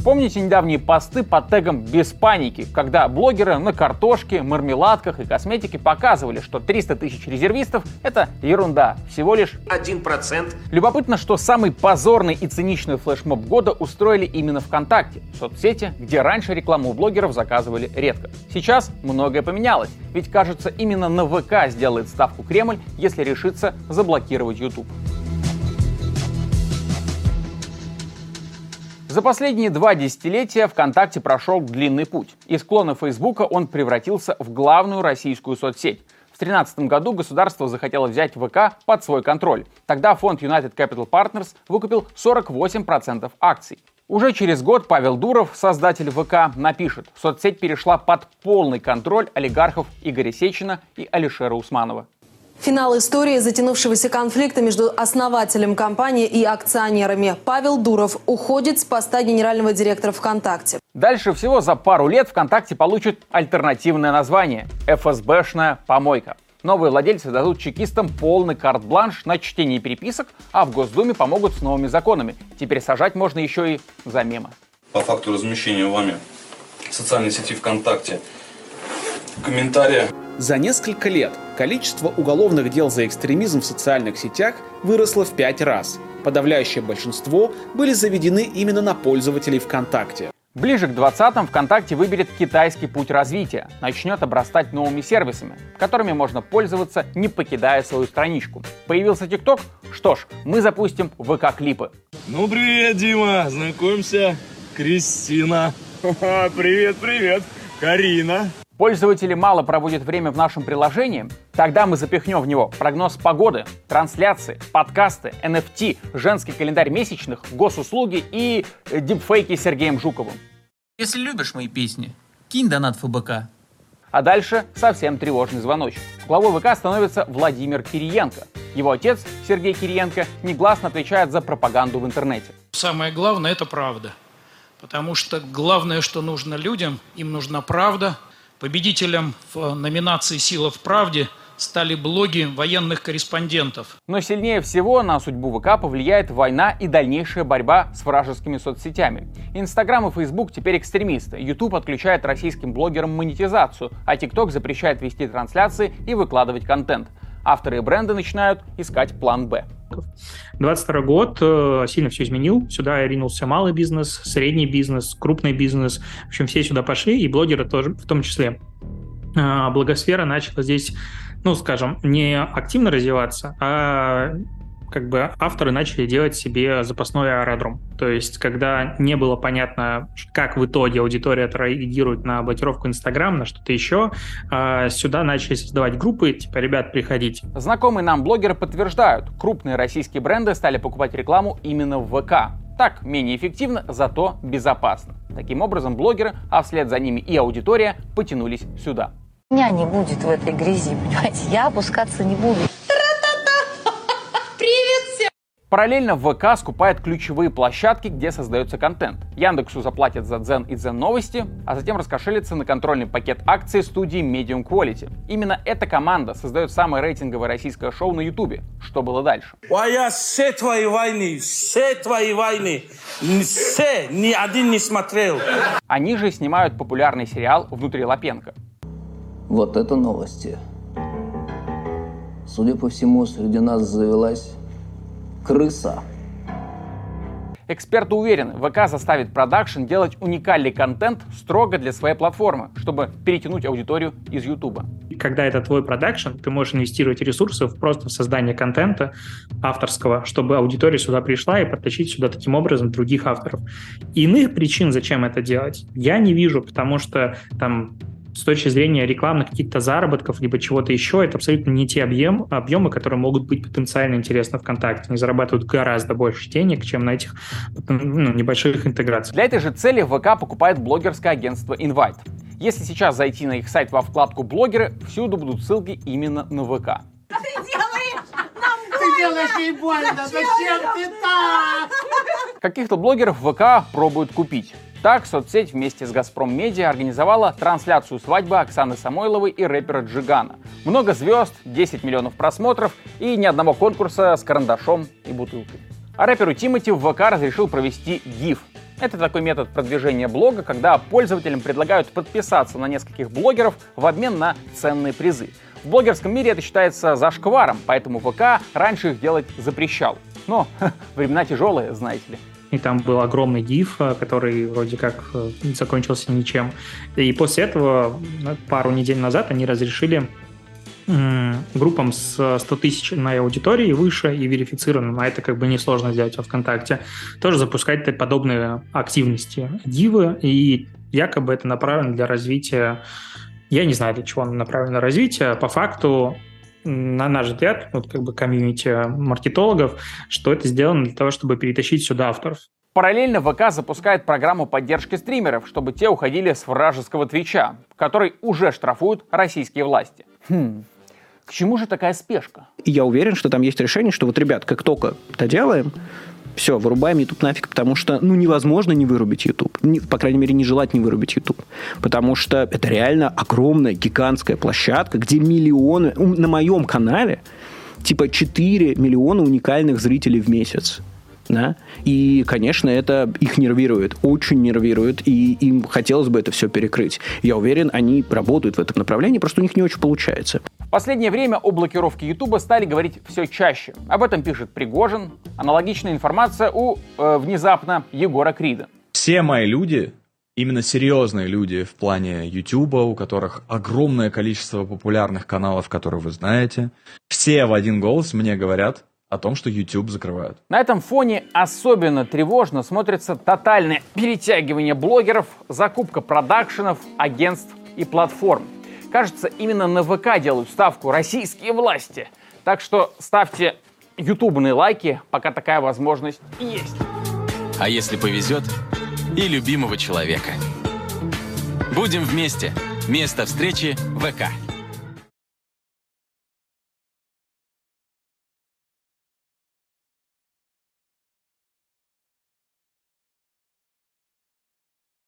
Помните недавние посты под тегом «Без паники», когда блогеры на картошке, мармеладках и косметике показывали, что 300 тысяч резервистов — это ерунда, всего лишь 1%. Любопытно, что самый позорный и циничный флешмоб года устроили именно ВКонтакте, соцсети, где раньше рекламу у блогеров заказывали редко. Сейчас многое поменялось, ведь, кажется, именно на ВК сделает ставку Кремль, если решится заблокировать YouTube. За последние 2 десятилетия ВКонтакте прошел длинный путь. Из клона Фейсбука он превратился в главную российскую соцсеть. В 2013 году государство захотело взять ВК под свой контроль. Тогда фонд United Capital Partners выкупил 48% акций. Уже через год Павел Дуров, создатель ВК, напишет: соцсеть перешла под полный контроль олигархов Игоря Сечина и Алишера Усманова. Финал истории затянувшегося конфликта между основателем компании и акционерами. Павел Дуров уходит с поста генерального директора ВКонтакте. Дальше всего за пару лет ВКонтакте получит альтернативное название – ФСБшная помойка. Новые владельцы дадут чекистам полный карт-бланш на чтение переписок, а в Госдуме помогут с новыми законами. Теперь сажать можно еще и за мемы. По факту размещения вами в социальной сети ВКонтакте комментария. За несколько лет количество уголовных дел за экстремизм в социальных сетях выросло в 5 раз. Подавляющее большинство были заведены именно на пользователей ВКонтакте. Ближе к 20-м ВКонтакте выберет китайский путь развития, начнет обрастать новыми сервисами, которыми можно пользоваться, не покидая свою страничку. Появился ТикТок? Что ж, мы запустим ВК-клипы. Ну, привет, Дима, знакомься, Кристина. Привет, Карина. Пользователи мало проводят время в нашем приложении? Тогда мы запихнем в него прогноз погоды, трансляции, подкасты, NFT, женский календарь месячных, госуслуги и дипфейки с Сергеем Жуковым. Если любишь мои песни, кинь донат ФБК. А дальше совсем тревожный звоночек. Главой ВК становится Владимир Кириенко. Его отец, Сергей Кириенко, негласно отвечает за пропаганду в интернете. Самое главное – это правда. Потому что главное, что нужно людям, им нужна правда. Победителем в номинации «Сила в правде» стали блоги военных корреспондентов. Но сильнее всего на судьбу ВК повлияет война и дальнейшая борьба с вражескими соцсетями. Инстаграм и Фейсбук теперь экстремисты. Ютуб отключает российским блогерам монетизацию, а ТикТок запрещает вести трансляции и выкладывать контент. Авторы и бренды начинают искать план «Б». 2022 год сильно все изменил. Сюда ринулся малый бизнес, средний бизнес, крупный бизнес. В общем, все сюда пошли, и блогеры тоже в том числе. Блогосфера начала здесь, скажем, не активно развиваться, а авторы начали делать себе запасной аэродром. То есть, когда не было понятно, как в итоге аудитория отреагирует на блокировку Инстаграм, на что-то еще, сюда начали создавать группы, типа, ребят, приходите. Знакомые нам блогеры подтверждают, крупные российские бренды стали покупать рекламу именно в ВК. Так, менее эффективно, зато безопасно. Таким образом, блогеры, а вслед за ними и аудитория, потянулись сюда. Меня не будет в этой грязи, понимаете, я опускаться не буду. Параллельно ВК скупает ключевые площадки, где создается контент. Яндексу заплатят за Дзен и Дзен Новости, а затем раскошелится на контрольный пакет акций студии Medium Quality. Именно эта команда создает самое рейтинговое российское шоу на Ютубе. Что было дальше? Все твои войны, ни один не смотрел. Они же снимают популярный сериал «Внутри Лапенко». Вот это новости. Судя по всему, среди нас завелась крыса. Эксперты уверены, ВК заставит продакшн делать уникальный контент строго для своей платформы, чтобы перетянуть аудиторию из Ютуба. Когда это твой продакшн, ты можешь инвестировать ресурсы просто в создание контента авторского, чтобы аудитория сюда пришла и подтащить сюда таким образом других авторов. Иных причин, зачем это делать, я не вижу, потому что там с точки зрения рекламных каких-то заработков либо чего-то еще, это абсолютно не те объемы, которые могут быть потенциально интересны ВКонтакте. Они зарабатывают гораздо больше денег, чем на этих небольших интеграциях. Для этой же цели ВК покупает блогерское агентство Invite. Если сейчас зайти на их сайт во вкладку «Блогеры», всюду будут ссылки именно на ВК. Ты делаешь ей больно, зачем ты так? Каких-то блогеров ВК пробуют купить. Так, соцсеть вместе с «Газпром Медиа» организовала трансляцию свадьбы Оксаны Самойловой и рэпера Джигана. Много звезд, 10 миллионов просмотров и ни одного конкурса с карандашом и бутылкой. А рэперу Тимати в ВК разрешил провести GIF. Это такой метод продвижения блога, когда пользователям предлагают подписаться на нескольких блогеров в обмен на ценные призы. В блогерском мире это считается зашкваром, поэтому ВК раньше их делать запрещал. Но времена тяжелые, знаете ли. И там был огромный див, который вроде как закончился ничем. И после этого, пару недель назад, они разрешили группам с 100 тысячной аудиторией выше и верифицированным, а это как бы несложно сделать во ВКонтакте, тоже запускать подобные активности дивы, и якобы это направлено для развития, я не знаю, для чего оно направлено развитие, по факту, на наш взгляд, вот как бы комьюнити маркетологов, что это сделано для того, чтобы перетащить сюда авторов. Параллельно ВК запускает программу поддержки стримеров, чтобы те уходили с вражеского Твича, который уже штрафуют российские власти. К чему же такая спешка? И я уверен, что там есть решение, что вот, ребят, как только это делаем, все, вырубаем YouTube нафиг, потому что, невозможно не вырубить YouTube. По крайней мере, не желать не вырубить YouTube. Потому что это реально огромная, гигантская площадка, где миллионы, на моем канале, 4 миллиона уникальных зрителей в месяц. Да? И, конечно, это их нервирует, очень нервирует, и им хотелось бы это все перекрыть. Я уверен, они работают в этом направлении, просто у них не очень получается. В последнее время о блокировке Ютуба стали говорить все чаще. Об этом пишет Пригожин. Аналогичная информация у, внезапно, Егора Крида. Все мои люди, именно серьезные люди в плане Ютуба, у которых огромное количество популярных каналов, которые вы знаете, все в один голос мне говорят о том, что YouTube закрывают. На этом фоне особенно тревожно смотрится тотальное перетягивание блогеров, закупка продакшенов, агентств и платформ. Кажется, именно на ВК делают ставку российские власти. Так что ставьте ютубные лайки, пока такая возможность есть. А если повезет, и любимого человека. Будем вместе. Место встречи ВК.